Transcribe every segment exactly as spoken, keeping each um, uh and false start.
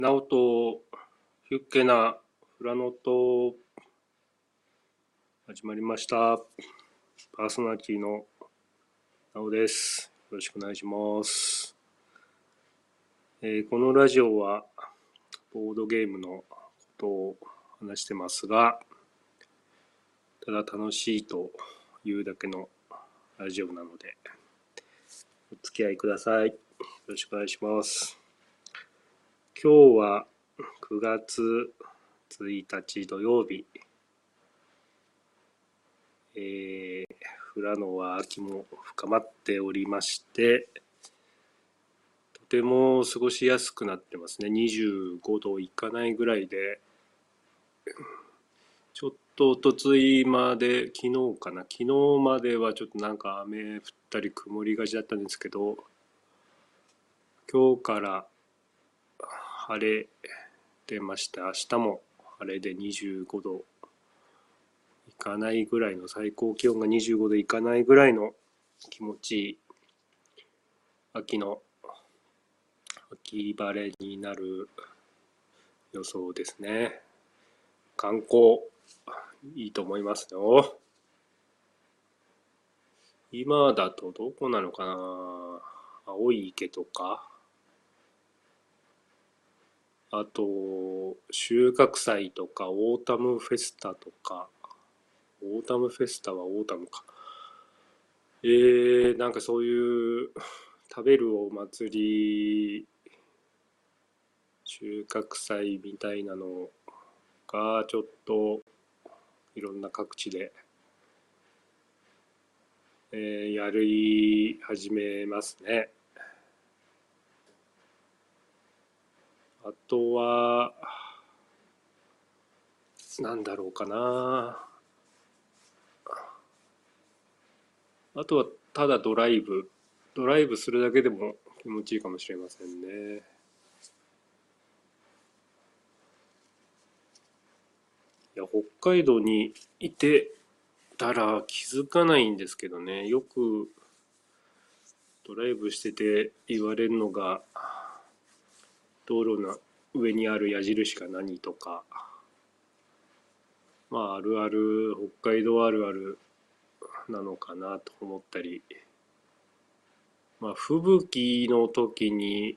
ナオとヒュッケなフラノと始まりました。パーソナリティのナオです。よろしくお願いします。えーこのラジオはボードゲームのことを話してますが、ただ楽しいというだけのラジオなのでお付き合いください。よろしくお願いします。今日はくがつついたち土曜日、えー、富良野は秋も深まっておりまして、とても過ごしやすくなってますね。にじゅうごどいかないぐらいで、ちょっとおとついまで、昨日かな、昨日まではちょっとなんか雨降ったり曇りがちだったんですけど、今日から晴れてまして、明日も晴れでにじゅうごどいかないぐらいの、最高気温がにじゅうごどいかないぐらいの気持ちいい秋の秋晴れになる予想ですね。観光いいと思いますよ。今だとどこなのかな、青い池とか、あと収穫祭とかオータムフェスタとか、オータムフェスタはオータムか、えー、なんかそういう食べるお祭り、収穫祭みたいなのがちょっといろんな各地で、えーやり始めますね。あとはなんだろうかな、あとはただドライブドライブするだけでも気持ちいいかもしれませんね。いや、北海道にいてたら気づかないんですけどね。よくドライブしてて言われるのが、道路の上にある矢印が何とか、まああるある、北海道あるあるなのかなと思ったり、まあ吹雪の時に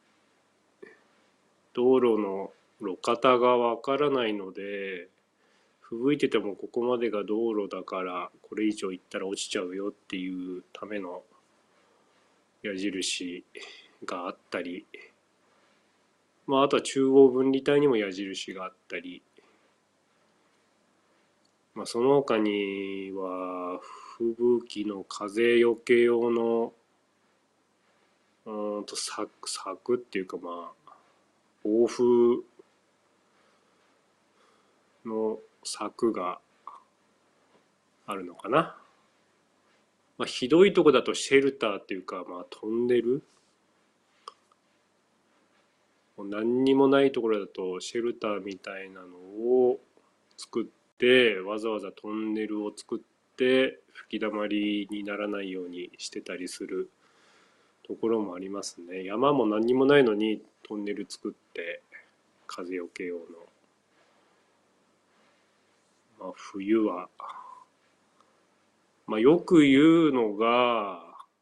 道路の路肩がわからないので、吹雪いててもここまでが道路だからこれ以上行ったら落ちちゃうよっていうための矢印があったり、まああとは中央分離帯にも矢印があったり、まあその他には吹雪の風よけ用のうーんと柵柵っていうか、まあ暴風の柵があるのかな。まあ、ひどいとこだとシェルターっていうか、まあ、トンネル、もう何にもないところだとシェルターみたいなのを作って、わざわざトンネルを作って吹きだまりにならないようにしてたりするところもありますね。山も何にもないのにトンネル作って風よけ用の。まあ、冬は、まあ、よく言うのが、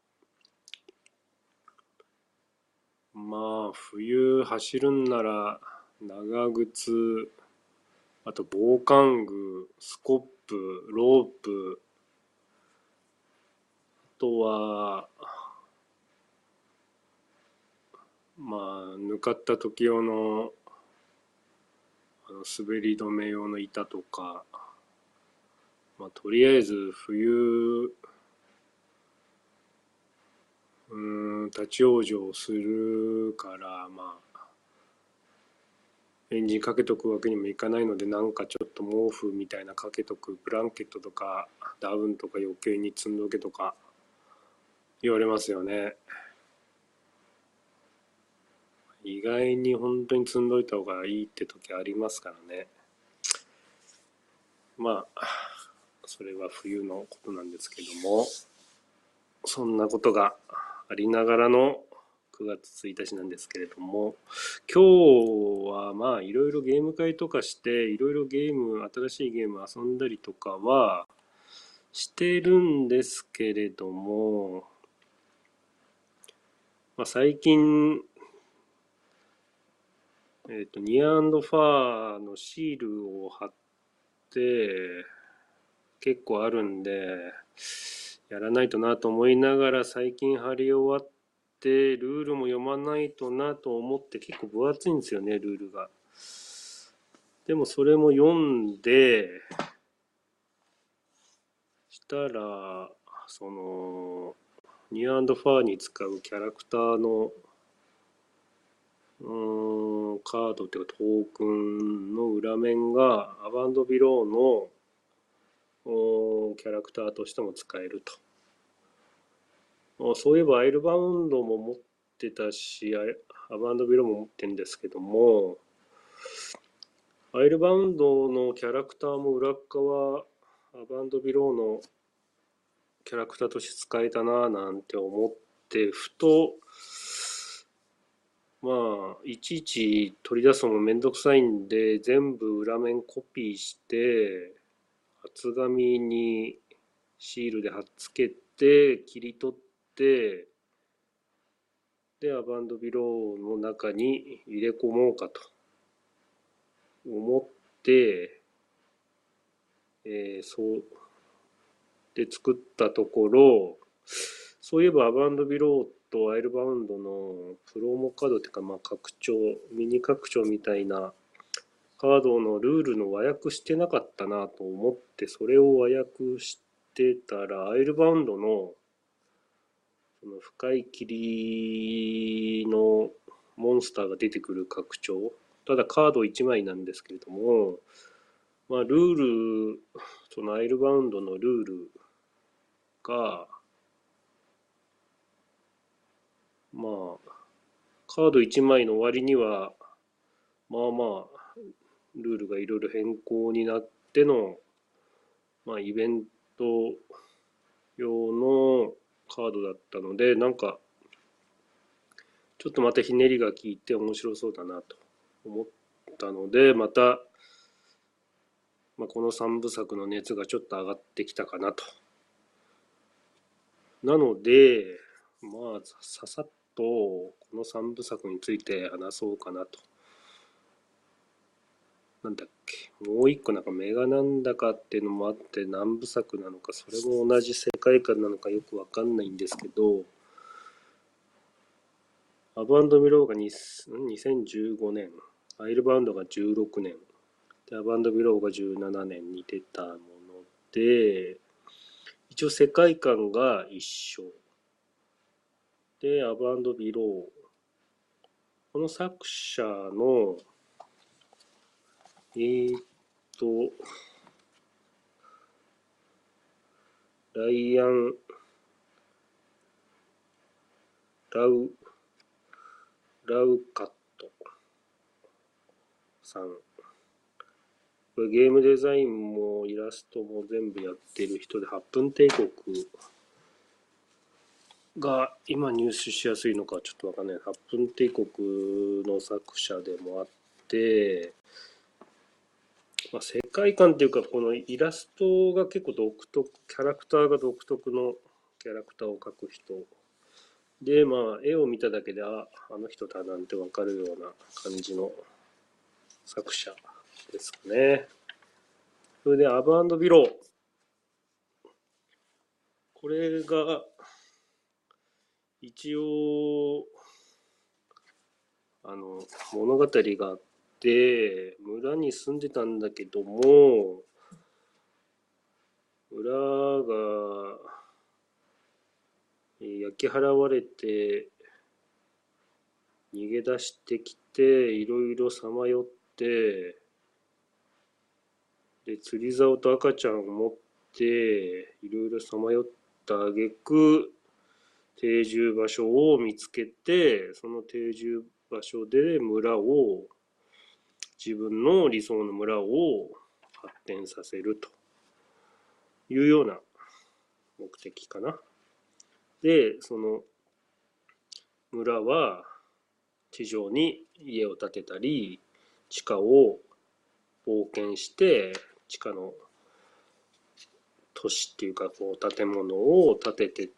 まあ冬走るんなら長靴、あと防寒具、スコップ、ロープ、あとはまあぬかった時用のあの滑り止め用の板とか、まあ、とりあえず冬うーん立ち往生するから、まあエンジンかけとくわけにもいかないので、なんかちょっと毛布みたいなかけとく、ブランケットとかダウンとか余計に積んどけとか言われますよね。意外に本当に積んどいた方がいいって時ありますからね。まあそれは冬のことなんですけども、そんなことがありながらのくがつついたちなんですけれども、今日はまあいろいろゲーム会とかしていろいろゲーム新しいゲーム遊んだりとかはしてるんですけれども、まあ、最近、えっと、ニアファーのシールを貼って結構あるんで、やらないとなと思いながら最近貼り終わって、ルールも読まないとなと思って結構分厚いんですよね、ルールが。でもそれも読んで、したら、その、ニアファーに使うキャラクターのうーん、カードっていうかトークンの裏面がアバンドビローのおキャラクターとしても使えると。そういえばアイルバウンドも持ってたし、アバンドビローも持ってるんですけども、アイルバウンドのキャラクターも裏側、アバンドビローのキャラクターとして使えたなぁなんて思って、ふと、まあ、いちいち取り出すのもめんどくさいんで、全部裏面コピーして、厚紙にシールで貼っつけて、切り取って、で、アバンドビローの中に入れ込もうかと思って、えーそうで作ったところ、そういえばアバンドビローとアイルバウンドのプロモカードっていうか、まあ拡張、ミニ拡張みたいなカードのルールの和訳してなかったなと思って、それを和訳してたら、アイルバウンドのその深い霧のモンスターが出てくる拡張、ただカードいちまいなんですけれども、まあルール、そのアイルバウンドのルールが、まあカードいちまいの割には、まあまあルールがいろいろ変更になっての、まあイベント用のカードだったので、なんかちょっとまたひねりが効いて面白そうだなと思ったので、また、まあ、このさんぶさくの熱がちょっと上がってきたかなと。なので、まあささっとこのさんぶさくについて話そうかなと。なんだっけ、もう一個なんかメガなんだかっていうのもあって何部作なのか、それも同じ世界観なのかよくわかんないんですけど、アバンドミローがにせんじゅうごねん、アイルバウンドがじゅうろくねん、でアバンドビローがじゅうななねんに出たもので、一応世界観が一緒で、アバンドビロー、この作者のえーっとライアン・ラウラウカットさん、これゲームデザインもイラストも全部やってる人で、はっぷん帝国が今入手しやすいのかちょっとわかんない。はっぷん帝国の作者でもあって、まあ、世界観っていうか、このイラストが結構独特、キャラクターが独特のキャラクターを描く人で、まあ絵を見ただけで、あ、あの人だなんてわかるような感じの作者ですかね。それでアブ&ビロー、これが一応あの物語があって、村に住んでたんだけども、村が焼き払われて逃げ出してきて、いろいろさまよって、で釣り竿と赤ちゃんを持っていろいろさまよった挙句、定住場所を見つけて、その定住場所で村を、自分の理想の村を発展させるというような目的かな。で、その村は地上に家を建てたり、地下を冒険して地下の都市っていうかこう建物を建ててって、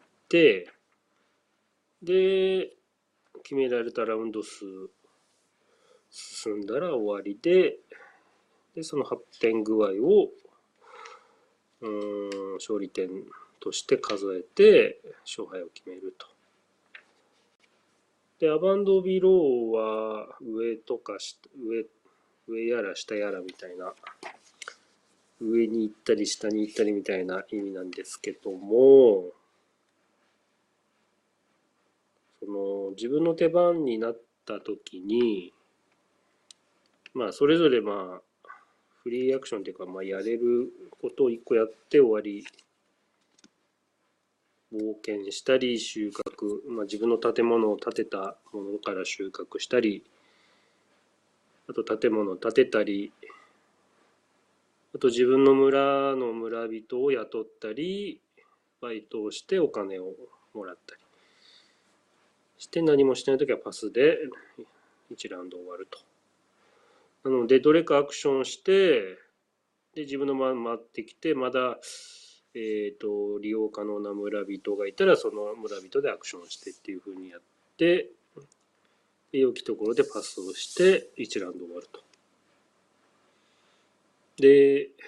で決められたラウンド数進んだら終わりで、でその発展具合をうーん勝利点として数えて勝敗を決めると。でアバンドビローは上とか上上やら下やらみたいな、上に行ったり下に行ったりみたいな意味なんですけども、その自分の手番になった時に、まあそれぞれまあフリーアクションっていうか、まあやれることを一個やって終わり、冒険したり収穫、まあ、自分の建物を建てたものから収穫したり、あと建物を建てたり、あと自分の村の村人を雇ったり、バイトをしてお金をもらったりして、何もしないときはパスでいちラウンド終わると。なのでどれかアクションして、で自分の番回ってきて、まだえーと利用可能な村人がいたらその村人でアクションしてっていう風にやって、で良きところでパスをしていちラウンド終わると。でや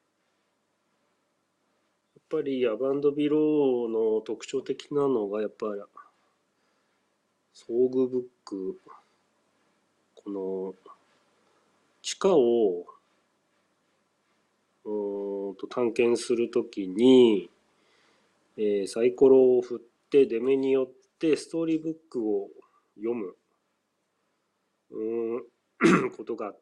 っぱりアバンドビローの特徴的なのがやっぱり遭遇ブック、この地下をうーんと探検するときに、えーサイコロを振って出目によってストーリーブックを読むうーんことがあって、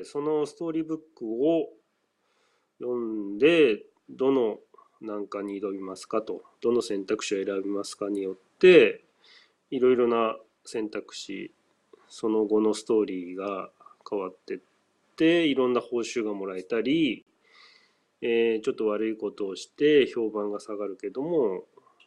そのストーリーブックを読んでどの難関に挑みますかと、どの選択肢を選びますかによっていろいろな選択肢、その後のストーリーが変わってって、いろんな報酬がもらえたり、えーちょっと悪いことをして評判が下がるけども、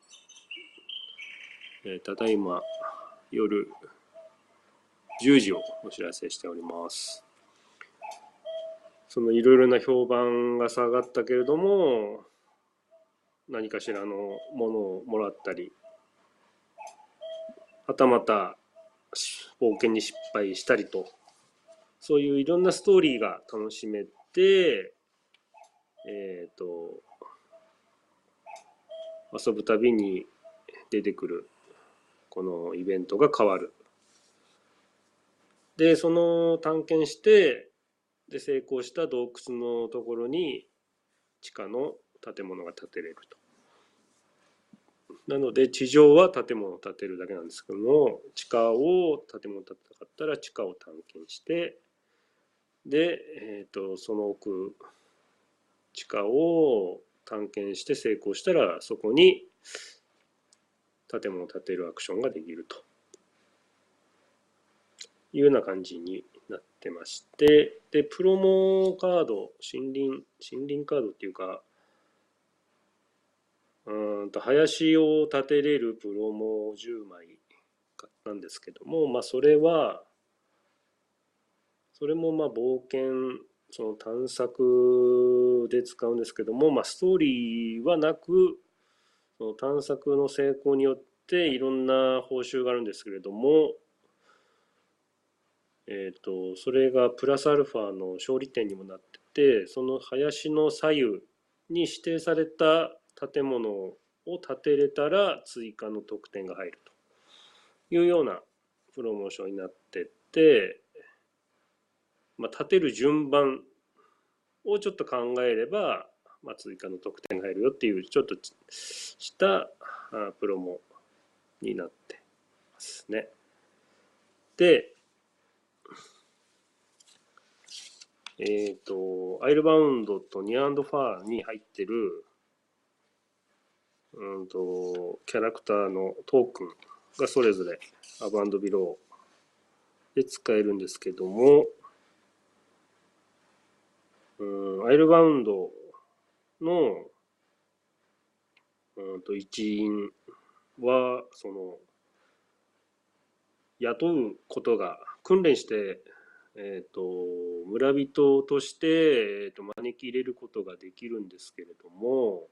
えーただいま夜じゅうじをお知らせしております。そのいろいろな評判が下がったけれども、何かしらのものをもらったり、はたまた冒険に失敗したりと、そういういろんなストーリーが楽しめて、えっと遊ぶたびに出てくるこのイベントが変わる。でその探検してで成功した洞窟のところに地下の建物が建てれると。なので地上は建物を建てるだけなんですけども、地下を建物を建てたかったら地下を探検して、で、えー、とその奥地下を探検して成功したらそこに建物を建てるアクションができるというような感じになってまして、でプロモカード、森林森林カードっていうか、うーんと林を建てれるプロモじゅうまいなんですけども、まあそれはそれもまあ冒険、その探索で使うんですけども、まあストーリーはなく、その探索の成功によっていろんな報酬があるんですけれども、えーとそれがプラスアルファの勝利点にもなってて、その林の左右に指定された建物を建てれたら追加の得点が入るというようなプロモーションになってて、まあ、建てる順番をちょっと考えれば、まあ、追加の得点が入るよっていうちょっとしたプロモになってますね。で、えっと、アイルバウンドとニアンドファーに入ってる、うんと、キャラクターのトークンがそれぞれアバンドビローで使えるんですけども、うん、アイルバウンドの、うんと一員は、その、 雇うことが訓練して、えー、と村人として、えー、と招き入れることができるんですけれども、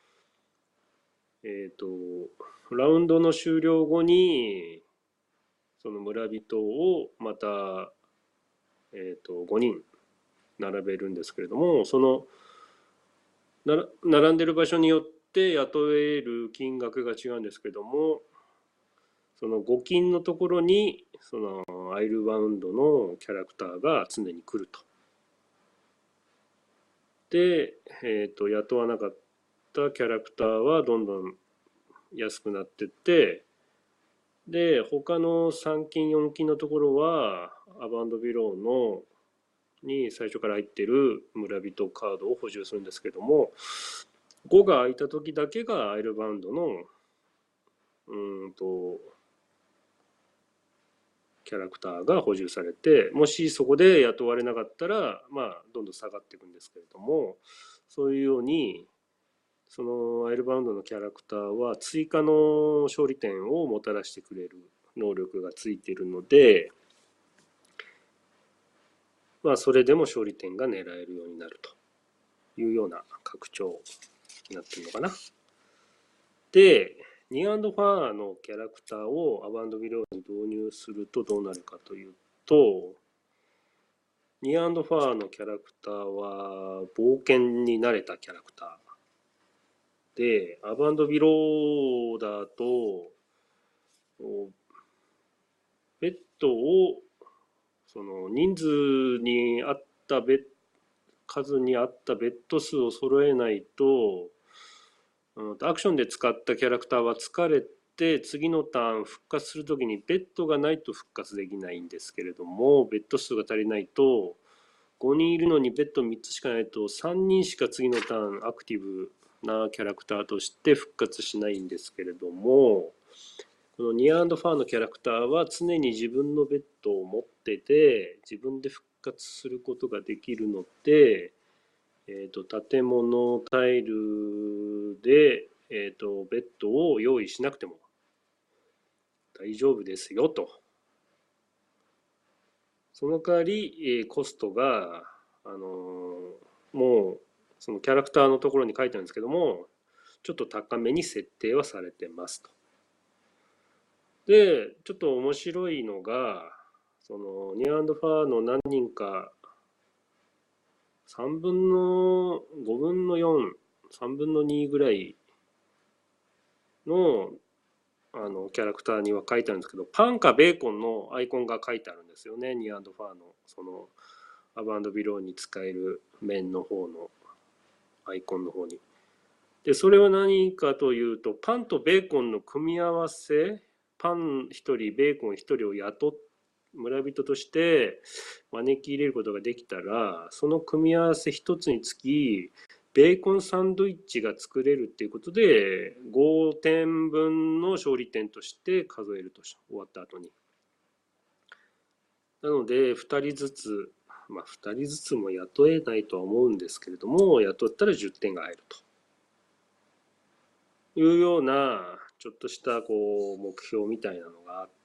えー、とラウンドの終了後にその村人をまた、えー、とごにん並べるんですけれども、そのな並んでる場所によって雇える金額が違うんですけども、そのご金のところにそのアイルバウンドのキャラクターが常に来ると。で、えー、と雇わなかったキャラクターはどんどん安くなってって、で他のさん金よん金のところはアバンドビローのに最初から入ってる村人カードを補充するんですけども、ごが空いた時だけがアイルバウンドのうんとキャラクターが補充されて、もしそこで雇われなかったら、まあ、どんどん下がっていくんですけれども、そういうようにそのアイルバウンドのキャラクターは追加の勝利点をもたらしてくれる能力がついているので、まあ、それでも勝利点が狙えるようになるというような拡張になっているのかな。で、ニーアンドファーのキャラクターをアバンドビローに導入するとどうなるかというと、ニーアンドファーのキャラクターは冒険に慣れたキャラクターで、アバンドビローだとベッドをその人数に合ったベッ数に合ったベッド数を揃えないと、アクションで使ったキャラクターは疲れて次のターン復活するときにベッドがないと復活できないんですけれども、ベッド数が足りないとごにんいるのにベッドみっつしかないとさんにんしか次のターンアクティブなキャラクターとして復活しないんですけれども、このニーアンドファーのキャラクターは常に自分のベッドを持ってて自分で復活することができるので、えー、と建物タイルで、えー、とベッドを用意しなくても大丈夫ですよと。その代わり、えーコストが、あのーもうそのキャラクターのところに書いてあるんですけども、ちょっと高めに設定はされてますと。で、ちょっと面白いのが、そのニアンドファーの何人かさんぶんのごぶんのよん、さんぶんのにぐらいのあのキャラクターには書いてあるんですけど、パンかベーコンのアイコンが書いてあるんですよね、ニアンドファーのそのアバンドビローに使える面の方のアイコンの方に。で、それは何かというと、パンとベーコンの組み合わせ、パンひとり、ベーコンひとりを雇っ村人として招き入れることができたら、その組み合わせ一つにつきベーコンサンドイッチが作れるっていうことでごてんぶんの勝利点として数えると、終わった後に。なのでふたりずつ、まあふたりずつも雇えないとは思うんですけれども、雇ったらじゅってんが入るというようなちょっとしたこう目標みたいなのがあって、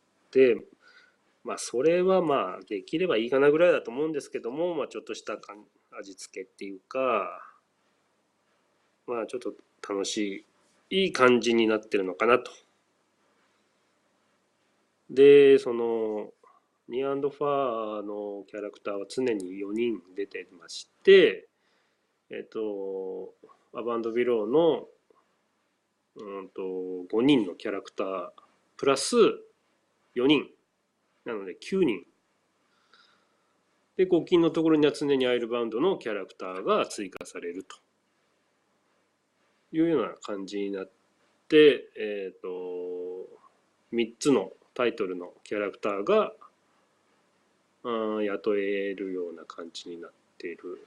まあそれはまあできればいいかなぐらいだと思うんですけども、まあちょっとした味付けっていうか、まあちょっと楽しいいい感じになってるのかなと。で、そのニーアンドファーのキャラクターは常によにん出てまして、えっとアバンドビローのうんとごにんのキャラクタープラスよにんなのできゅうにんで、ご金のところには常にアイルバウンドのキャラクターが追加されるというような感じになって、えっとみっつのタイトルのキャラクターが雇えるような感じになっている、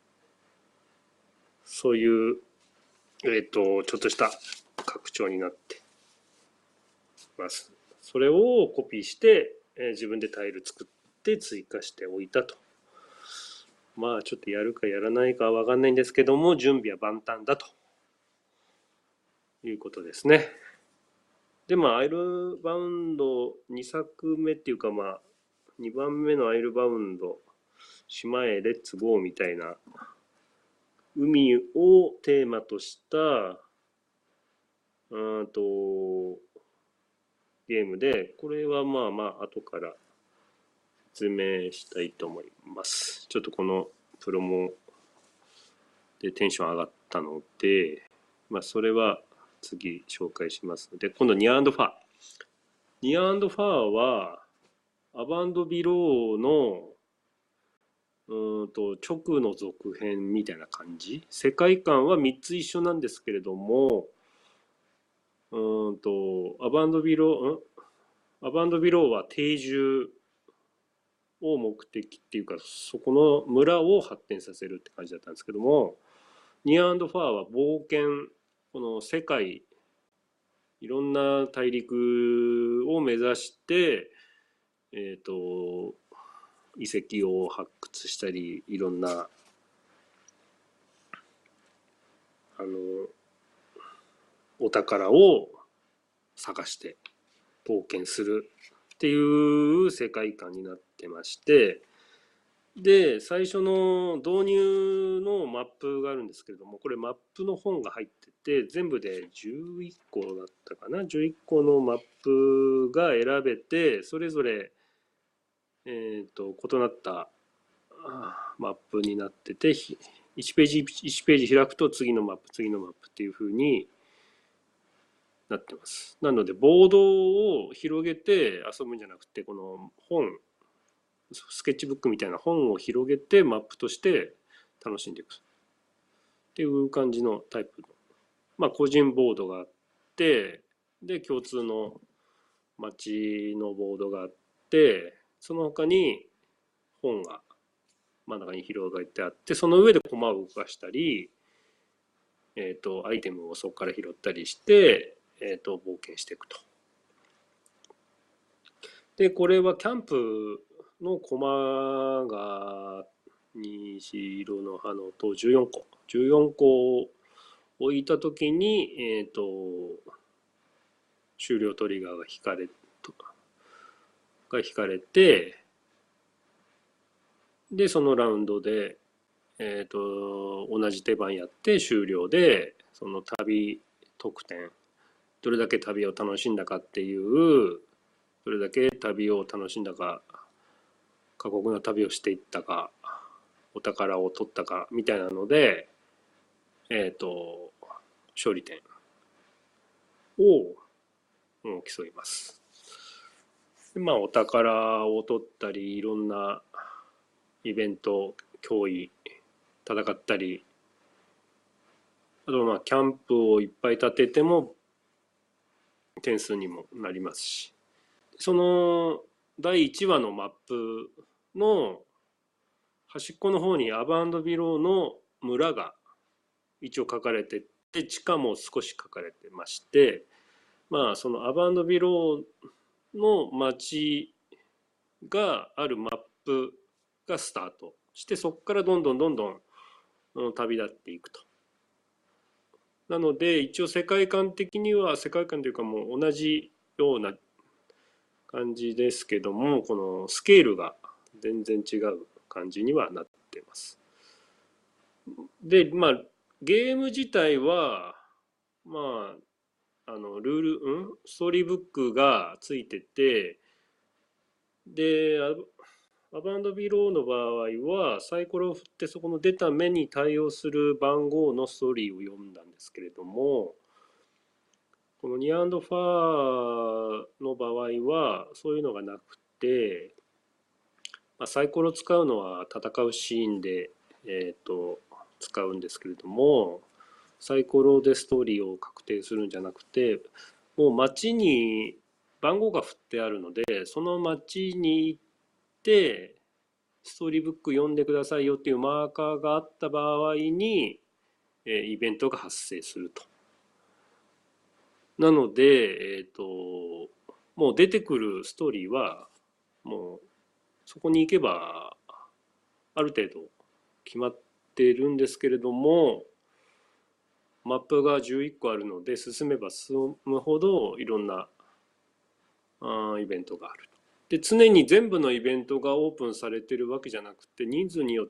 そういう、えっとちょっとした拡張になってます。それをコピーして、えー自分でタイル作って追加しておいたと。まあちょっとやるかやらないかは分かんないんですけども、準備は万端だということですね。 で、まあ、アイルバウンドにさくめっていうか、まあ、にばんめのアイルバウンド、島へレッツゴーみたいな、海をテーマとした、うんと、ゲームで、これはまあまあ、後から説明したいと思います。ちょっとこのプロモでテンション上がったので、まあ、それは次紹介しますので、今度ニアファー。ニアファーは、アバンドビローのうーんと直の続編みたいな感じ。世界観はみっつ一緒なんですけれども、うーんとアバンドビロー、んアバンドビローは定住を目的っていうか、そこの村を発展させるって感じだったんですけども、ニアファーは冒険、この世界、いろんな大陸を目指して、えっと、遺跡を発掘したり、いろんな、あの、お宝を探して冒険するっていう世界観になってまして、で、最初の導入のマップがあるんですけれども、これマップの本が入ってて、全部でじゅういっこだったかな、じゅういっこのマップが選べて、それぞれ、えっと、異なったマップになってて、いちページいちページ開くと次のマップ、次のマップっていう風になってます。なので、ボードを広げて遊ぶんじゃなくて、この本、スケッチブックみたいな本を広げてマップとして楽しんでいくっていう感じのタイプの、まあ、個人ボードがあって、で、共通の街のボードがあって、その他に本が真ん中に広げてあって、その上で駒を動かしたり、えっと、アイテムをそこから拾ったりして、えっと、冒険していくと。で、これはキャンプの駒が虹色の葉のとじゅうよんこ。じゅうよんこを置いたときに、えっと、終了トリガーが引かれ、が引かれて、で、そのラウンドで、えっと、同じ手番やって終了で、その旅得点、どれだけ旅を楽しんだかっていう、どれだけ旅を楽しんだか、過酷な旅をしていったか、お宝を取ったかみたいなので、えっと、勝利点を競います。でまあ、お宝を取ったり、いろんなイベント、脅威、戦ったり、あとまあ、キャンプをいっぱい立てても点数にもなりますし、そのだいいちわのマップの端っこの方にアバンドビローの村が一応書かれてて、地下も少し書かれてまして、まあそのアバンドビローの街があるマップがスタートして、そこからどんどんどんどん旅立っていくと。なので一応世界観的には、世界観というかもう同じような感じですけども、このスケールが全然違う感じにはなってます。で、まあ、ゲーム自体は、まあ、あの、ルール、うんストーリーブックがついてて、で、アバンドビローの場合は、サイコロを振ってそこの出た目に対応する番号のストーリーを読んだんですけれども、このニアファーの場合は、そういうのがなくて、まあ、サイコロを使うのは戦うシーンで、えー、と使うんですけれども、サイコロでストーリーを確定するんじゃなくて、もう街に番号が振ってあるので、その街に行ってストーリーブック読んでくださいよっていうマーカーがあった場合に、えーイベントが発生すると。なので、えっ、と、もう出てくるストーリーは、もうそこに行けばある程度決まってるんですけれども、マップがじゅういっこあるので、進めば進むほどいろんなあイベントがある。で常に全部のイベントがオープンされてるわけじゃなくて、人数によって、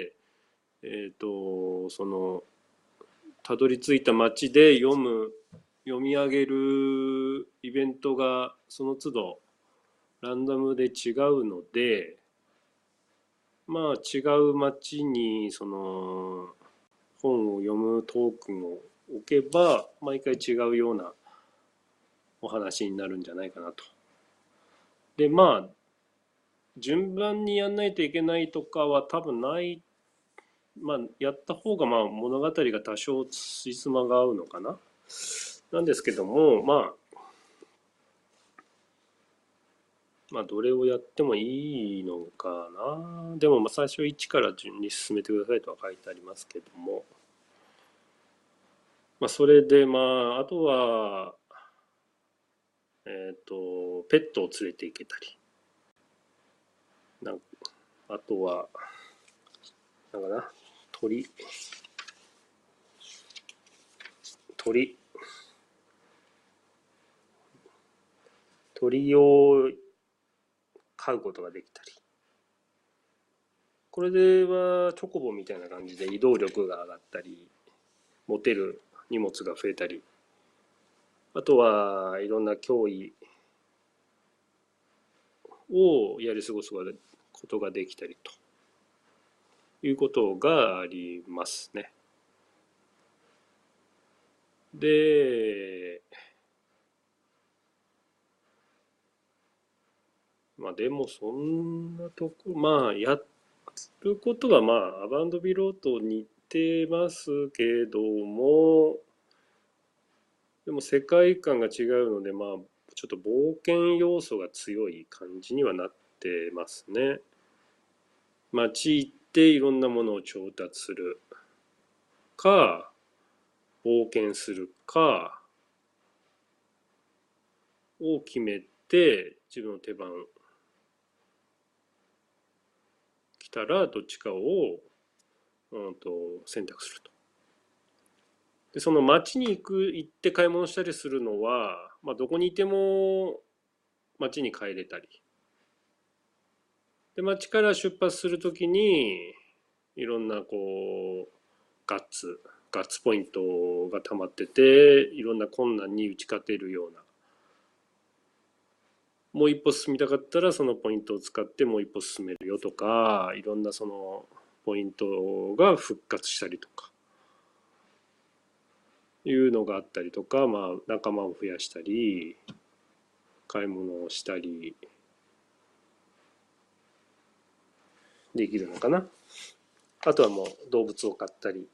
えー、とそのたどり着いた街で読む読み上げるイベントがその都度ランダムで違うので、まあ違う街にその本を読むトークンを置けば毎回違うようなお話になるんじゃないかなと。でまあ順番にやんないといけないとかは多分ない。まあやった方がまあ物語が多少つじつまが合うのかな。なんですけども、まあまあどれをやってもいいのかな。でもまあ最初いちから順に進めてくださいとは書いてありますけども、まあそれでまああとはえっ、とペットを連れて行けたり、なんあとはなんかな、鳥鳥鳥を飼うことができたり、これではチョコボみたいな感じで移動力が上がったり、持てる荷物が増えたり、あとはいろんな脅威をやり過ごすことができたりということがありますね。で、まあでもそんなとこ、まあやることはまあアバンドビローと似てますけども、でも世界観が違うので、まあちょっと冒険要素が強い感じにはなってますね。街行っていろんなものを調達するか、冒険するかを決めて、自分の手番来たらどっちかを、うん、と選択すると。でその街に行く行って買い物したりするのは、まあ、どこにいても街に帰れたりで、街から出発するときにいろんなこうガッツガッツポイントが溜まってて、いろんな困難に打ち勝てるような、もう一歩進みたかったらそのポイントを使ってもう一歩進めるよとか、いろんなそのポイントが復活したりとかいうのがあったりとか、まあ仲間を増やしたり買い物をしたりできるのかな。あとはもう動物を飼ったり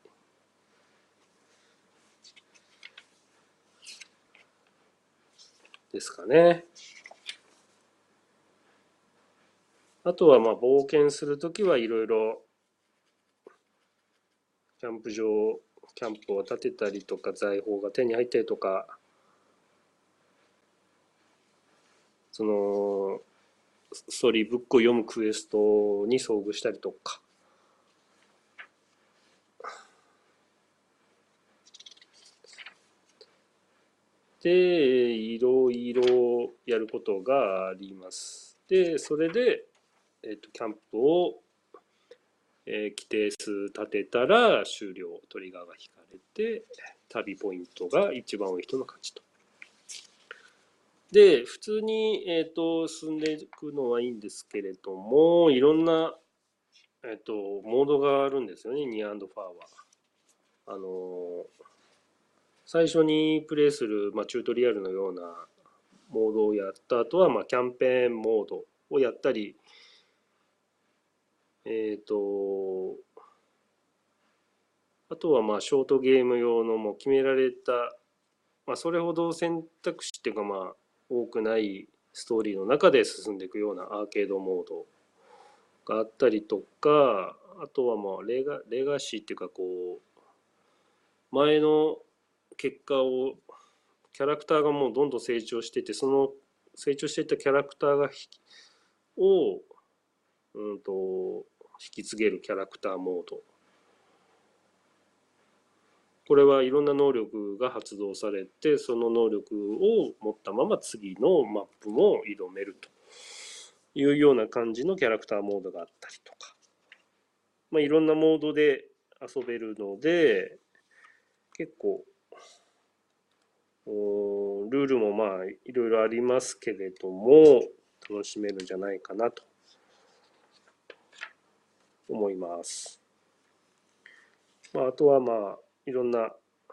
ですかね。あとはまあ冒険するときはいろいろキャンプ場キャンプを建てたりとか、財宝が手に入ったりとか、そのストーリーブックを読むクエストに遭遇したりとかで、いろいろやることがあります。でそれで、えー、とキャンプを、えー規定数立てたら終了、トリガーが引かれて旅ポイントが一番多い人の勝ちと。で普通に、えー、と進んでいくのはいいんですけれども、いろんな、えー、とモードがあるんですよね、ニアファーは。あの最初にプレイする、まあ、チュートリアルのようなモードをやった後は、まあ、キャンペーンモードをやったり、えっ、と、あとはまあショートゲーム用のもう決められた、まあ、それほど選択肢っていうかまあ多くないストーリーの中で進んでいくようなアーケードモードがあったりとか、あとはまあレガ、レガシーっていうかこう、前の結果を、キャラクターがもうどんどん成長してて、その成長していったキャラクターがを、うんと、引き継げるキャラクターモードこれはいろんな能力が発動されて、その能力を持ったまま次のマップも挑めるというような感じのキャラクターモードがあったりとか、まあ、いろんなモードで遊べるので、結構ルールもまあいろいろありますけれども、楽しめるんじゃないかなと思います。まあ、あとはまあいろんな、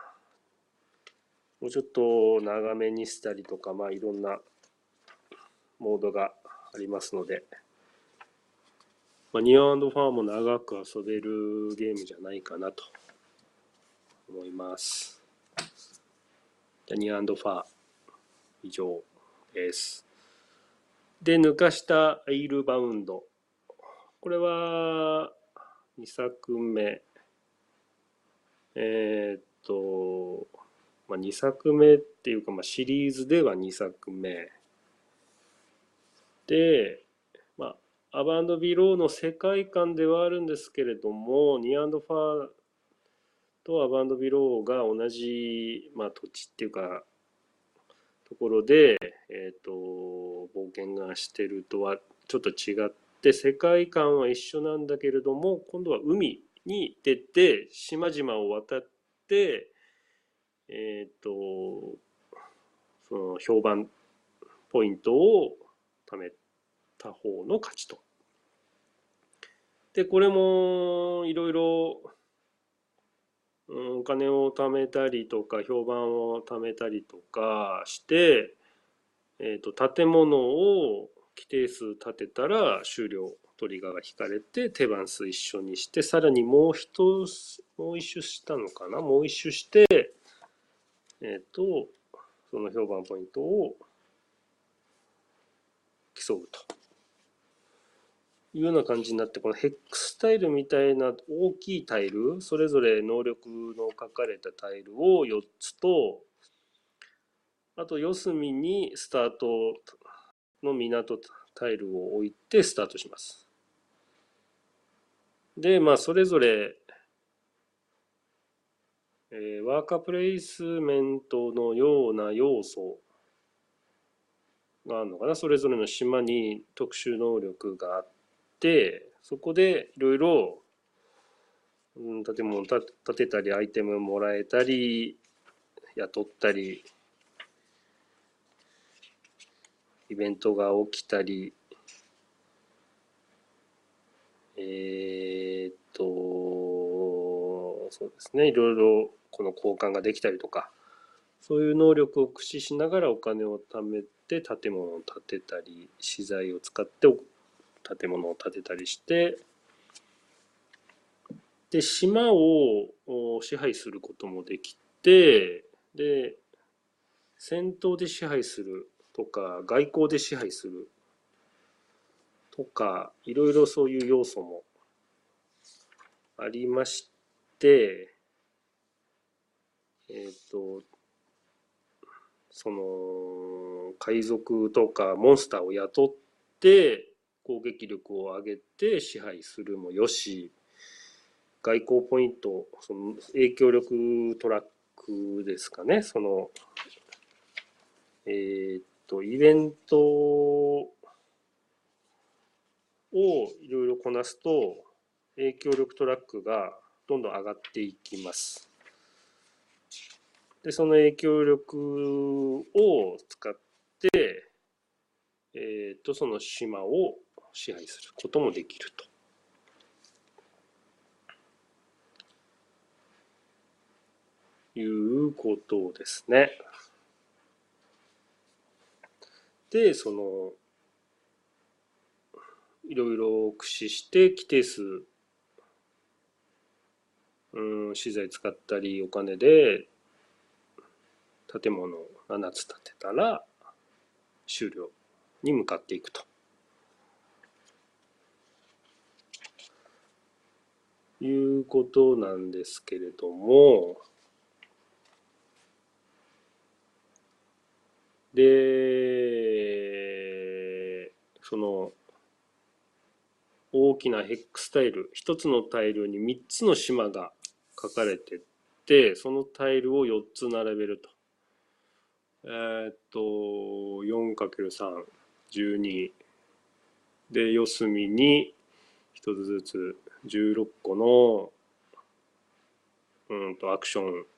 もうちょっと長めにしたりとか、まあいろんなモードがありますので、まあ、ニア&ファーも長く遊べるゲームじゃないかなと思います。じゃあニア&ファー以上です。で、抜かしたアイルバウンド。これはにさくめ。えーっと、まあ、にさくめっていうか、まあ、シリーズではにさくめで、まあ、アバンドビローの世界観ではあるんですけれども、ニアンドファーとアバンドビローが同じ、まあ、土地っていうかところで、えー、と冒険がしてるとはちょっと違って、世界観は一緒なんだけれども、今度は海に出て島々を渡って、えー、とその評判ポイントを貯めた方の勝ちと。でこれもいろいろお金を貯めたりとか評判を貯めたりとかして、えー、と建物を規定数建てたら終了、トリガーが引かれて手番数一緒にして、さらにもう一もう一周したのかなもう一周して、えー、とその評判ポイントを競うというような感じになって、このヘックスタイルみたいな大きいタイル、それぞれ能力の書かれたタイルをよっつと、あと四隅にスタートの港タイルを置いてスタートします。で、まあそれぞれ、えー、ワーカープレイスメントのような要素があるのかな。それぞれの島に特殊能力があって、そこでいろいろ建物を建てたり、アイテムもらえたり、雇ったり、イベントが起きたり、えーっと、そうですね、いろいろこの交換ができたりとか、そういう能力を駆使しながらお金を貯めて建物を建てたり、資材を使って建物を建てたりして、で、島を支配することもできて、で、戦闘で支配するとか、外交で支配するとか、いろいろそういう要素もありまして、えっと、その、海賊とかモンスターを雇って攻撃力を上げて支配するもよし、外交ポイント、その影響力トラックですかね、その、えっと、イベントをいろいろこなすと、影響力トラックがどんどん上がっていきます。で、その影響力を使って、えっと、その島を支配することもできると。いうことですね。で、その、いろいろ駆使して規定数、うん、資材使ったりお金で建物をななつ建てたら終了に向かっていくということなんですけれども、で、その大きなヘックスタイル、一つのタイルにみっつの島が書かれて 、そのタイルをよっつ並べると。えーっと、よんかけるさん、じゅうに。で、四隅にひとつずつじゅうろっこの、うんと、アクション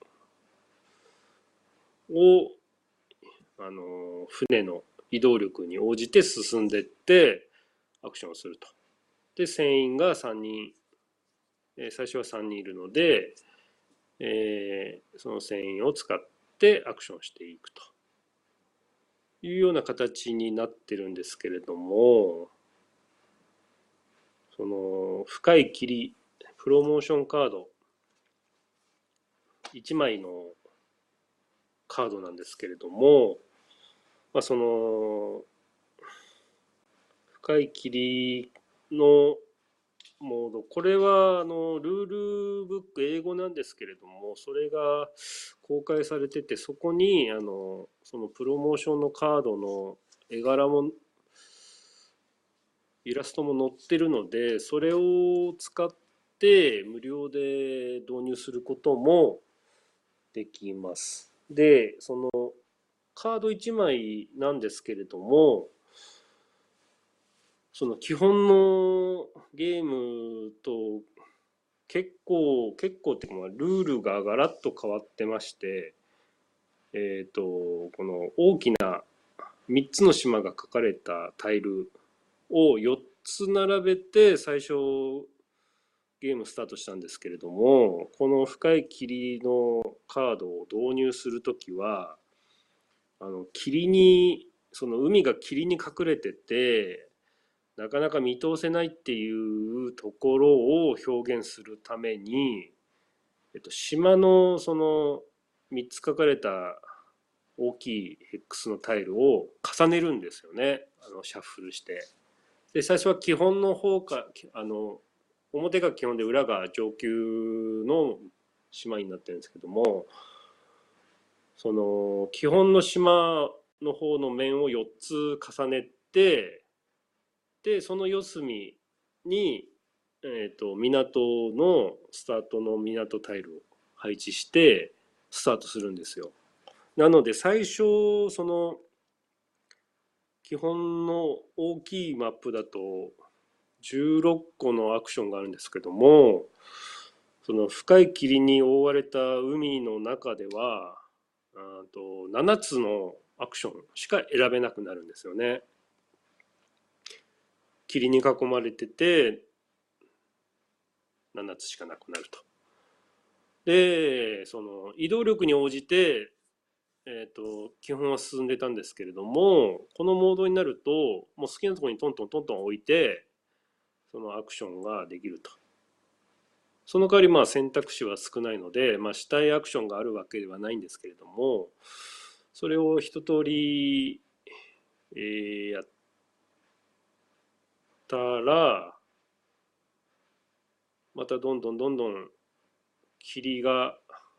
を、あの、船の移動力に応じて進んでいって、アクションをすると。で、船員がさんにん、えー最初はさんにんいるので、えーその船員を使ってアクションしていくというような形になってるんですけれども、その深い霧プロモーションカードいちまいのカードなんですけれども、まあ、その深い霧のモード、これはあのルールブック英語なんですけれども、それが公開されてて、そこにあのそのプロモーションのカードの絵柄もイラストも載ってるので、それを使って無料で導入することもできます。で、そのカードいちまいなんですけれども、その基本のゲームと結構、結構っていうか、ルールがガラッと変わってまして、えっと、この大きなみっつの島が書かれたタイルをよっつ並べて最初ゲームスタートしたんですけれども、この深い霧のカードを導入するときは、あの霧に、その海が霧に隠れてて、なかなか見通せないっていうところを表現するために、えっと、島のそのみっつ書かれた大きいヘックスのタイルを重ねるんですよね。あのシャッフルして。で、最初は基本の方か、あの、表が基本で裏が上級の島になってるんですけども、その基本の島の方の面をよっつ重ねて、で、その四隅に、えっと、港のスタートの港タイルを配置してスタートするんですよ。なので最初、その基本の大きいマップだとじゅうろっこのアクションがあるんですけども、その深い霧に覆われた海の中では、あとななつのアクションしか選べなくなるんですよね。霧に囲まれててななつしかなくなると。で、その移動力に応じて、えっと、基本は進んでたんですけれども、このモードになると、もう好きなところにトントントントン置いて、そのアクションができると。その代わりまあ選択肢は少ないので、まあ、したいアクションがあるわけではないんですけれども、それを一通り、えーやったら、またどんどんどんどん霧が、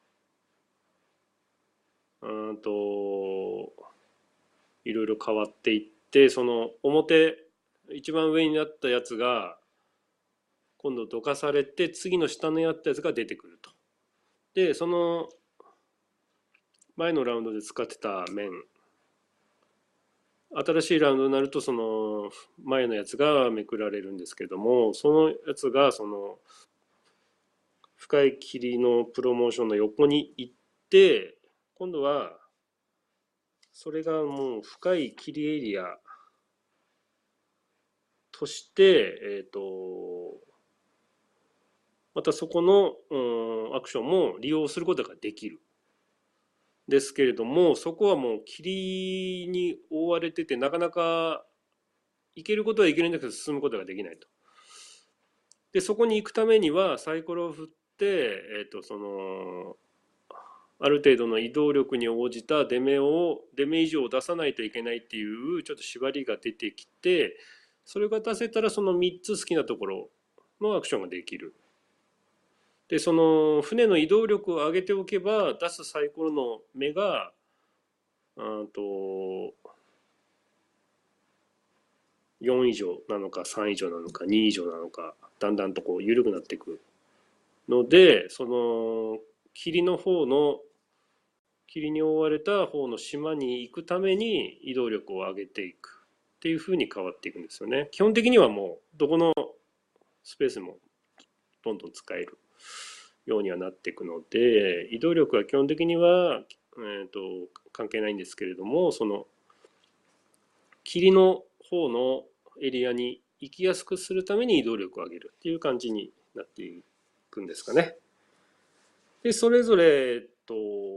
うんと、いろいろ変わっていって、その表、一番上になったやつが、今度どかされて、次の下にあったやつが出てくると。で、その前のラウンドで使ってた面、新しいラウンドになるとその前のやつがめくられるんですけども、そのやつがその深い霧のプロモーションの横に行って、今度はそれがもう深い霧エリアとして、えっと、またそこの、うん、アクションも利用することができる。ですけれども、そこはもう霧に覆われてて、なかなか行けることは行けるんだけど進むことができないと。で、そこに行くためにはサイコロを振って、えっと、その、ある程度の移動力に応じた出目を、出目以上を出さないといけないっていうちょっと縛りが出てきて、それが出せたらそのみっつ好きなところのアクションができる。で、その船の移動力を上げておけば出すサイコロの目が、うんと、よん以上なのかさん以上なのかに以上なのか、だんだんとこう緩くなっていくので、その霧の方の霧に覆われた方の島に行くために移動力を上げていくっていう風に変わっていくんですよね。基本的にはもうどこのスペースもどんどん使えるようにはなっていくので、移動力は基本的には、えー、と関係ないんですけれども、その霧の方のエリアに行きやすくするために移動力を上げるっていう感じになっていくんですかね。で、それぞれ、えっと、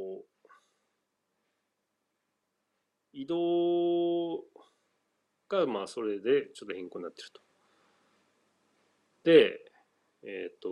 移動がまあそれでちょっと変更になってると。で、えっと、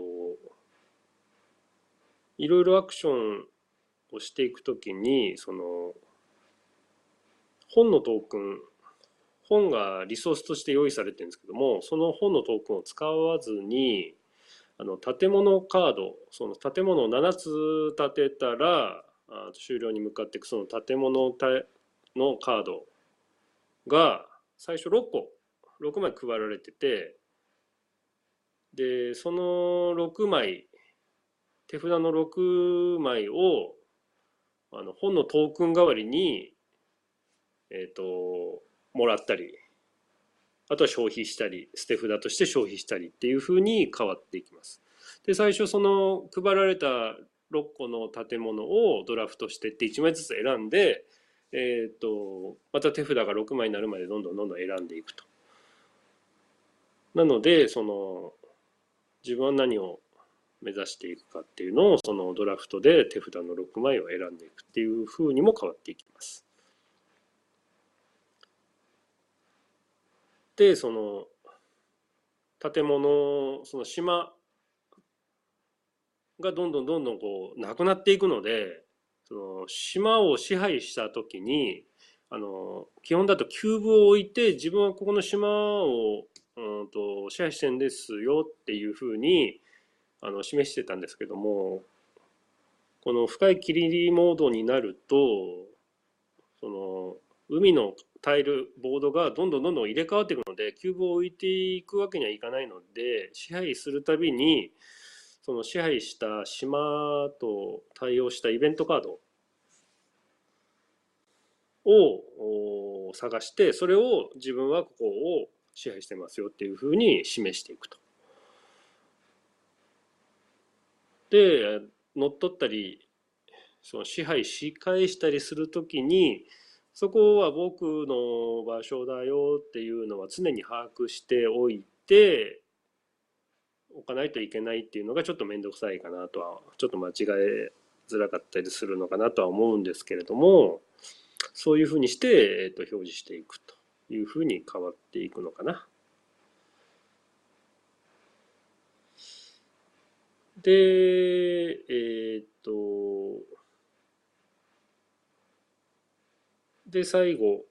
いろいろアクションをしていくときに、その本のトークン、本がリソースとして用意されてるんですけども、その本のトークンを使わずに、あの建物カード、その建物をななつ建てたらあ終了に向かっていくその建物のカードが最初ろっころくまい配られてて、でそのろくまい手札のろくまいをあの本のトークン代わりに、えー、ともらったり、あとは消費したり捨て札として消費したりっていう風に変わっていきます。で最初その配られたろっこの建物をドラフトしてっていちまいずつ選んで、えー、とまた手札がろくまいになるまでどんどんどんどん選んでいくと。なのでその自分は何を目指していくかっていうのをそのドラフトで手札のろくまいを選んでいくっていう風にも変わっていきます。でその建物、その島がどんどんどんどんこうなくなっていくので、その島を支配した時にあの基本だとキューブを置いて自分はここの島を、うん、と支配してんですよっていうふうにあの示してたんですけども、この深い霧モードになるとその海のタイルボードがどんどんどんどん入れ替わっていくので、キューブを置いていくわけにはいかないので、支配するたびにその支配した島と対応したイベントカードを探して、それを自分はここを支配してますよっていうふうに示していくと。で乗っ取ったりその支配し返したりするときに、そこは僕の場所だよっていうのは常に把握しておいておかないといけないっていうのがちょっと面倒くさいかなとは、ちょっと間違えづらかったりするのかなとは思うんですけれども、そういうふうにして、えー、と表示していくというふうに変わっていくのかな。で、えっ、と、で、最後、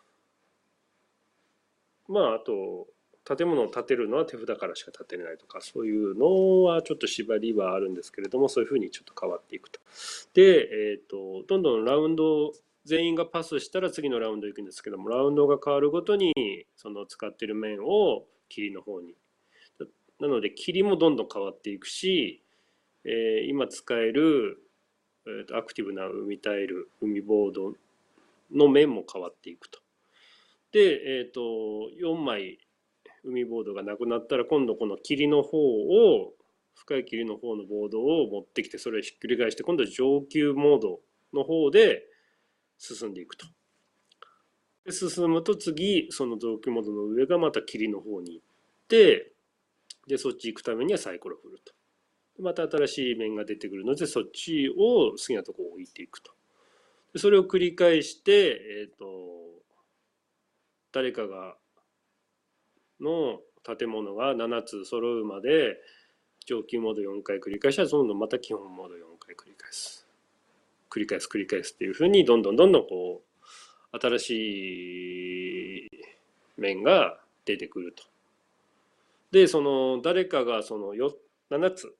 まあ、あと、建物を建てるのは手札からしか建てれないとか、そういうのはちょっと縛りはあるんですけれども、そういうふうにちょっと変わっていくと。で、えっ、と、どんどんラウンド、全員がパスしたら次のラウンド行くんですけども、ラウンドが変わるごとに、その使ってる面を霧の方に。なので、霧もどんどん変わっていくし、えー今使える、えーとアクティブな海タイル、海ボードの面も変わっていくと。で、えっ、と、よんまい海ボードがなくなったら今度この霧の方を深い霧の方のボードを持ってきてそれをひっくり返して今度は上級モードの方で進んでいくと。で進むと次その上級モードの上がまた霧の方に行ってでそっち行くためにはサイコロ振ると。また新しい面が出てくるのでそっちを好きなところを置いていくと。でそれを繰り返して、えー、と誰かがの建物がななつ揃うまで上級モードよんかい繰り返したらそのまた基本モードよんかい繰り返す繰り返す繰り返すっていうふうにどんどんどんどんこう新しい面が出てくると。でその誰かがそのななつ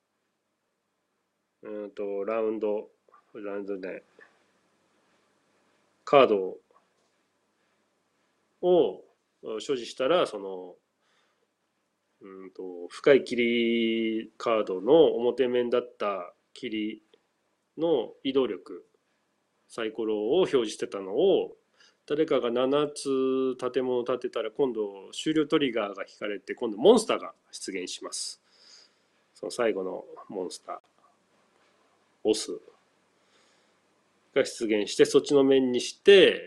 うんとラウンドラウンドでカードを所持したらそのうんと深い霧カードの表面だった霧の移動力、サイコロを表示してたのを、誰かがななつ建物を建てたら今度終了トリガーが引かれて、今度モンスターが出現します。その最後のモンスターボスが出現して、そっちの面にして、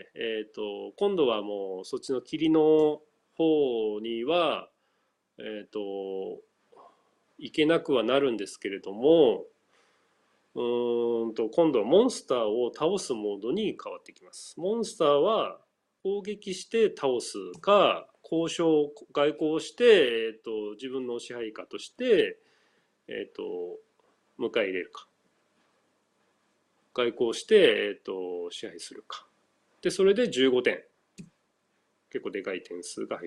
えー、と今度はもうそっちの霧の方には、えー、と行けなくはなるんですけれども、うーんと今度はモンスターを倒すモードに変わってきます。モンスターは攻撃して倒すか、交渉外交して、えー、と自分の支配下として、えー、と迎え入れるか、外交して、えー、と支配するかで、それでじゅうごてん、結構でかい点数が入って、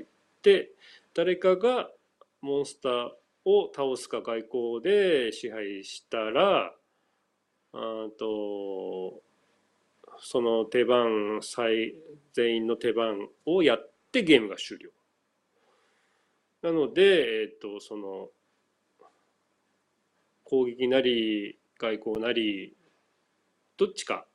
誰かがモンスターを倒すか外交で支配したら、あとその手番最全員の手番をやってゲームが終了なので、えっとその攻撃なり外交なりどっちか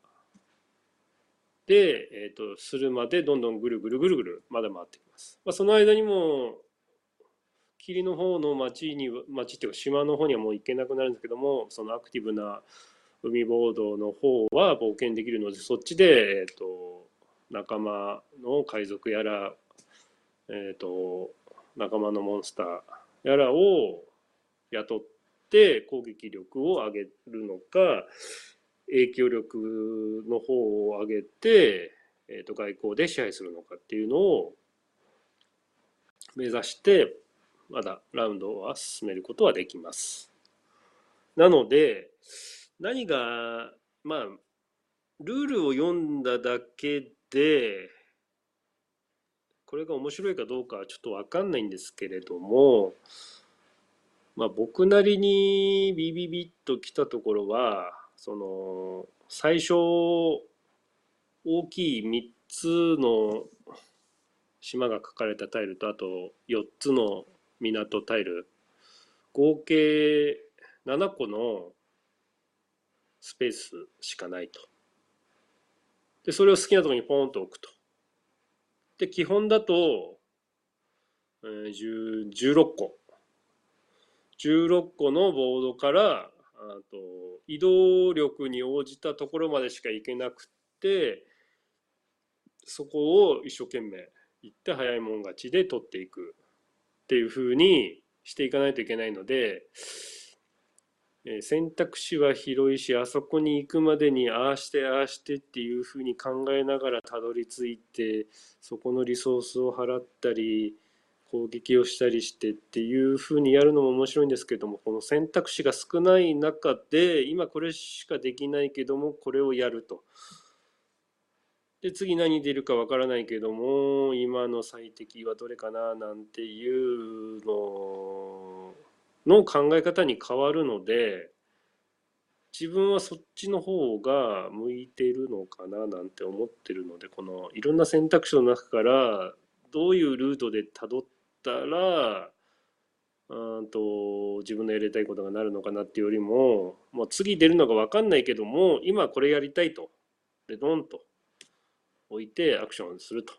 で、えっとするまでどんどんぐるぐるぐるぐるまだ回ってきます。まあ、その間にも霧の方の町に町っていうか島の方にはもう行けなくなるんですけども、そのアクティブな海ボードの方は冒険できるので、そっちで、えー、と仲間の海賊やら、えー、と仲間のモンスターやらを雇って攻撃力を上げるのか、影響力の方を上げて、えー、と外交で支配するのかっていうのを目指して、まだラウンドは進めることはできます。なので何がまあルールを読んだだけでこれが面白いかどうかはちょっと分かんないんですけれども、まあ僕なりにビビビッときたところは、その最初大きいみっつの島が書かれたタイルと、あとよっつの港タイル、合計ななこのスペースしかないと。でそれを好きなところにポンと置くと。で基本だと、えー、じゅう、じゅうろっこじゅうろっこのボードから、あと移動力に応じたところまでしか行けなくて、そこを一生懸命行って早いもん勝ちで取っていくっていう風にしていかないといけないので、選択肢は広いし、あそこに行くまでにああしてああしてっていう風に考えながらたどり着いて、そこのリソースを払ったり攻撃をしたりしてっていう風にやるのも面白いんですけども、この選択肢が少ない中で今これしかできないけどもこれをやると。で次何出るかわからないけども今の最適はどれかななんていうのの考え方に変わるので、自分はそっちの方が向いてるのかななんて思ってるので、このいろんな選択肢の中からどういうルートでたどったらうんと自分のやりたいことがなるのかなっていうよりも、もう次出るのが分かんないけども今これやりたいと、でドンと置いてアクションすると。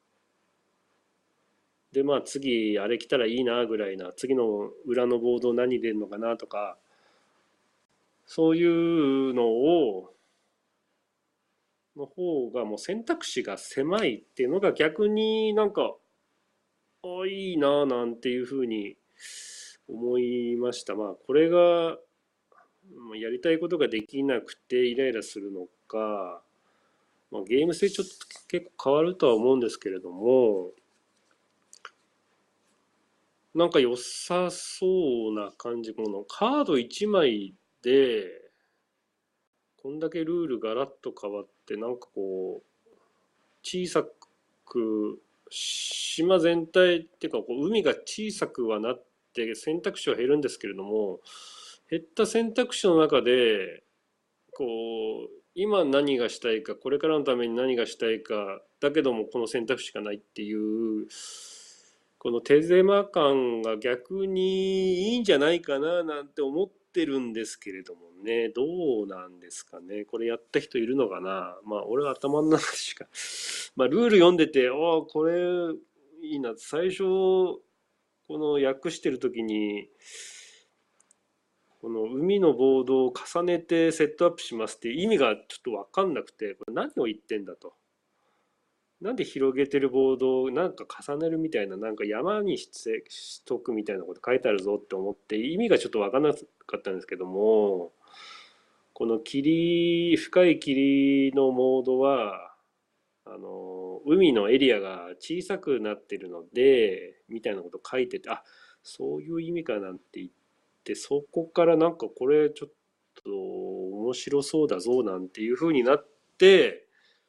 でまあ次あれ来たらいいなぐらいな、次の裏のボード何出るのかなとか、そういうのをの方がもう選択肢が狭いっていうのが逆になんかあいいななんていうふうに思いました。まあこれがやりたいことができなくてイライラするのか、まあ、ゲーム性ちょっと結構変わるとは思うんですけれども、なんか良さそうな感じ。このカードいちまいでこんだけルールがらっと変わって、なんかこう小さく島全体っていうかこう海が小さくはなって選択肢は減るんですけれども、減った選択肢の中でこう今何がしたいか、これからのために何がしたいかだけどもこの選択肢がないっていうこの手狭感が逆にいいんじゃないかななんて思っってるんですけれどもね、どうなんですかね。これやった人いるのかな。まあ、俺は頭の中でしか。まあ、ルール読んでて、ああ、これいいな。最初、この訳してる時に、この海のボードを重ねてセットアップしますっていう意味がちょっと分かんなくて、これ何を言ってんだと。なんで広げてるボードをなんか重ねるみたいな、なんか山にしてしとくみたいなこと書いてあるぞって思って、意味がちょっと分かんなかったんですけども、この霧、深い霧のモードは、あの、海のエリアが小さくなってるので、みたいなこと書いてて、あ、そういう意味かなんて言って、そこからなんかこれちょっと面白そうだぞなんていう風になって、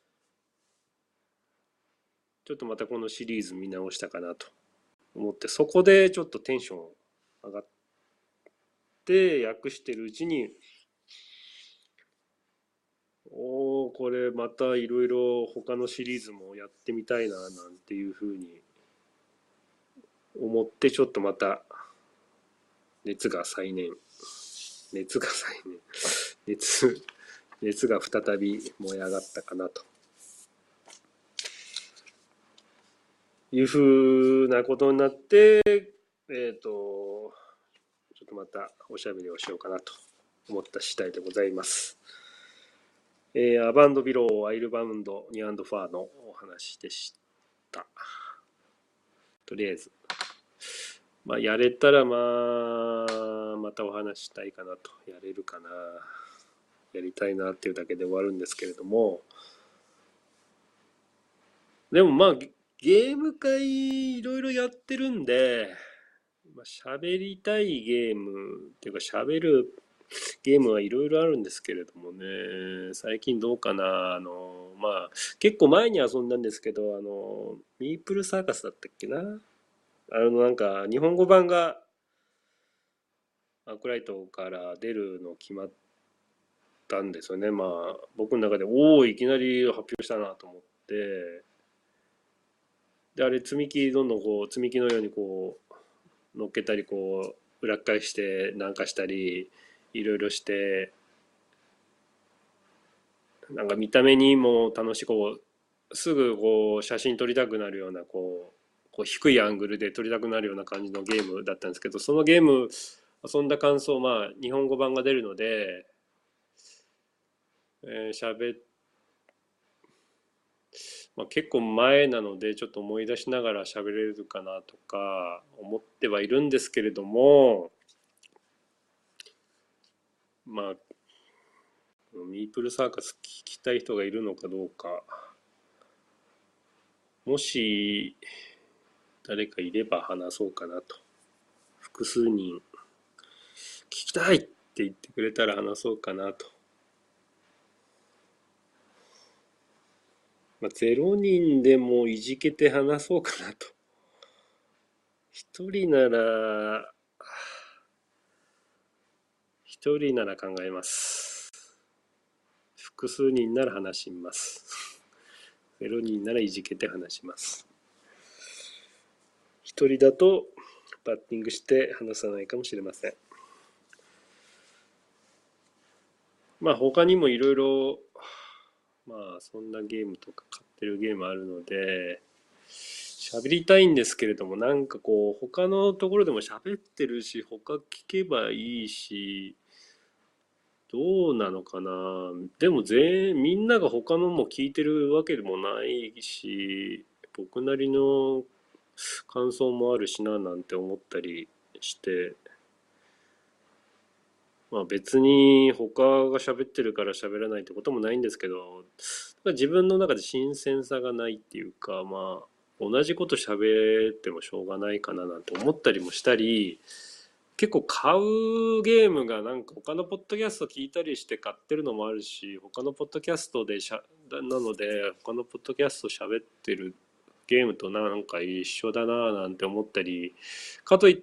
ちょっとまたこのシリーズ見直したかなと思って、そこでちょっとテンション上がって訳してるうちに、おお、これまたいろいろ他のシリーズもやってみたいななんていうふうに思って、ちょっとまた熱が再燃、熱が再燃、熱、熱が再び燃え上がったかなというふうなことになって、えっと、ちょっとまたおしゃべりをしようかなと思った次第でございます。えー、アバンドビロー、アイルバウンド、ニアンドファーのお話でした。とりあえず、まあ、やれたらまあ、またお話したいかなと。やれるかな。やりたいなっていうだけで終わるんですけれども、でもまあ、ゲーム会いろいろやってるんで、まあ、喋りたいゲームっていうか喋るゲームはいろいろあるんですけれどもね、最近どうかな、あの、まあ、結構前に遊んだんですけど、あの、ミープルサーカスだったっけな。あの、なんか、日本語版がアークライトから出るの決まったんですよね。まあ、僕の中で、おお、いきなり発表したなと思って、で、あれ、積み木、どんどんこう、積み木のようにこう、乗っけたり、こう、裏返してなんかしたり、いろいろして、なんか見た目にも楽しい、こう、すぐこう、写真撮りたくなるような、こう、こう低いアングルで撮りたくなるような感じのゲームだったんですけど、そのゲーム遊んだ感想、まあ、日本語版が出るので、えー、しゃべまあ、結構前なのでちょっと思い出しながら喋れるかなとか思ってはいるんですけれども、まあミープルサーカス聞きたい人がいるのかどうか、もし誰かいれば話そうかなと。複数人聞きたいって言ってくれたら話そうかなと。まあ、ゼロにんでもいじけて話そうかなと。一人なら一人なら考えます。複数人なら話します。ゼロにんならいじけて話します。一人だとバッティングして話さないかもしれません。まあ他にもいろいろ、まあそんなゲームとか買ってるゲームあるので、喋りたいんですけれども、なんかこう他のところでも喋ってるし、他聞けばいいし、どうなのかな。でも全みんなが他のも聞いてるわけでもないし、僕なりの感想もあるしななんて思ったりして、まあ別に他が喋ってるから喋らないってこともないんですけど、自分の中で新鮮さがないっていうか、まあ同じこと喋ってもしょうがないかななんて思ったりもしたり、結構買うゲームがなんか他のポッドキャスト聞いたりして買ってるのもあるし、他のポッドキャストでしゃなので他のポッドキャスト喋ってるゲームとなんか一緒だななんて思ったり、かといって、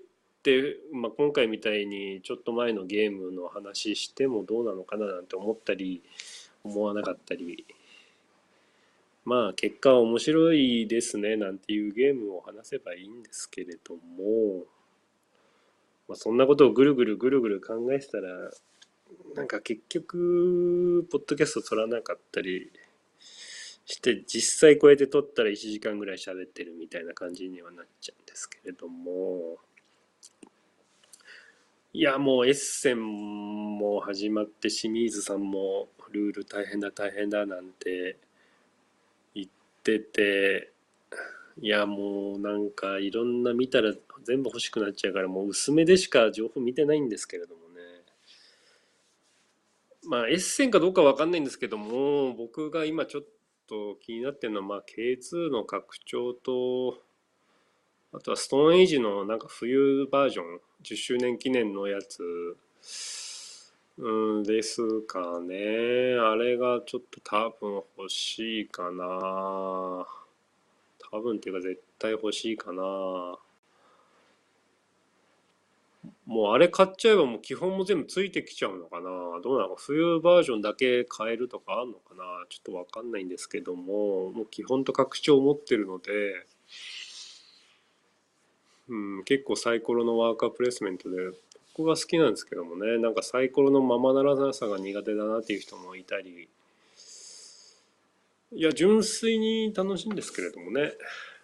まあ、今回みたいにちょっと前のゲームの話してもどうなのかななんて思ったり思わなかったり、まあ結果面白いですねなんていうゲームを話せばいいんですけれども、 まあ、そんなことをぐるぐるぐるぐる考えてたら、なんか結局、ポッドキャスト撮らなかったりして、実際こうやって撮ったらいちじかんぐらい喋ってるみたいな感じにはなっちゃうんですけれども、いや、もうエッセンも始まって清水さんもルール大変だ大変だなんて言ってて、いやもうなんかいろんな見たら全部欲しくなっちゃうから、もう薄めでしか情報見てないんですけれどもね。まあエッセンかどうかわかんないんですけども、僕が今ちょっと気になってるのは、まあ ケーツー の拡張と、あとはストーンエイジのなんか冬バージョン、じゅっしゅうねん記念のやつ、うんですかね。あれがちょっと多分欲しいかな。多分っていうか絶対欲しいかな。もうあれ買っちゃえばもう基本も全部ついてきちゃうのかな。どうなのか、冬バージョンだけ買えるとかあるのかな。ちょっとわかんないんですけども、もう基本と拡張を持ってるので、うん、結構サイコロのワーカープレイスメントで僕が好きなんですけどもね。なんかサイコロのままならなさが苦手だなっていう人もいたり、いや純粋に楽しいんですけれどもね。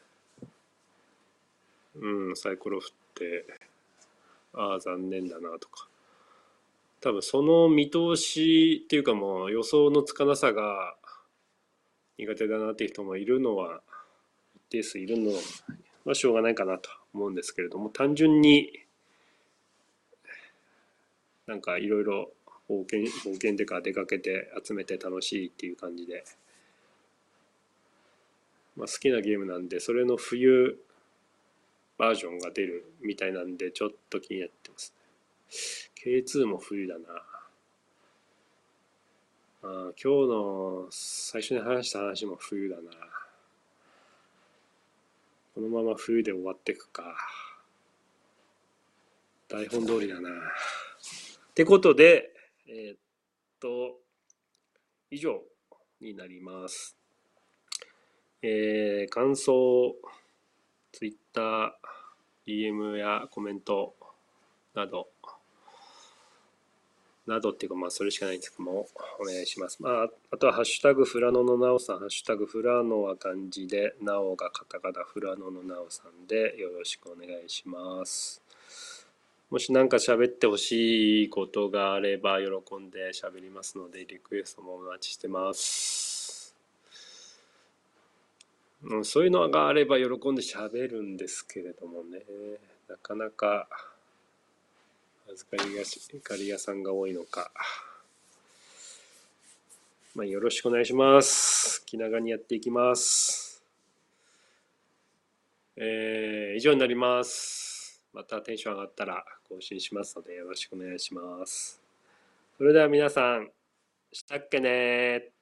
うん、サイコロ振ってああ残念だなとか、多分その見通しっていうかもう予想のつかなさが苦手だなっていう人もいるのは一定数いるのはしょうがないかなと思うんですけれども、単純になんかいろいろ冒険冒険っていうか出かけて集めて楽しいっていう感じで、まあ、好きなゲームなんで、それの冬バージョンが出るみたいなんでちょっと気になってますね。 ケーツー も冬だな。あ、今日の最初に話した話も冬だな。このまま冬で終わってくか。台本通りだな。ってことで、えーっと、以上になります。えー、感想、ツイッター、ディーエム やコメントなど、などっていうか、まあ、それしかないんですけども、お願いします。まあ、あとは、ハッシュタグ、フラノのなおさん、ハッシュタグ、フラノは漢字で、なおがカタカナ、フラノのなおさんで、よろしくお願いします。もし何か喋ってほしいことがあれば、喜んで喋りますので、リクエストもお待ちしてます。うん、そういうのがあれば喜んで喋るんですけれどもね、なかなか預かりが借り屋さんが多いのか。まあ、よろしくお願いします。気長にやっていきます。えー、以上になります。またテンション上がったら更新しますのでよろしくお願いします。それでは皆さん、したっけねー。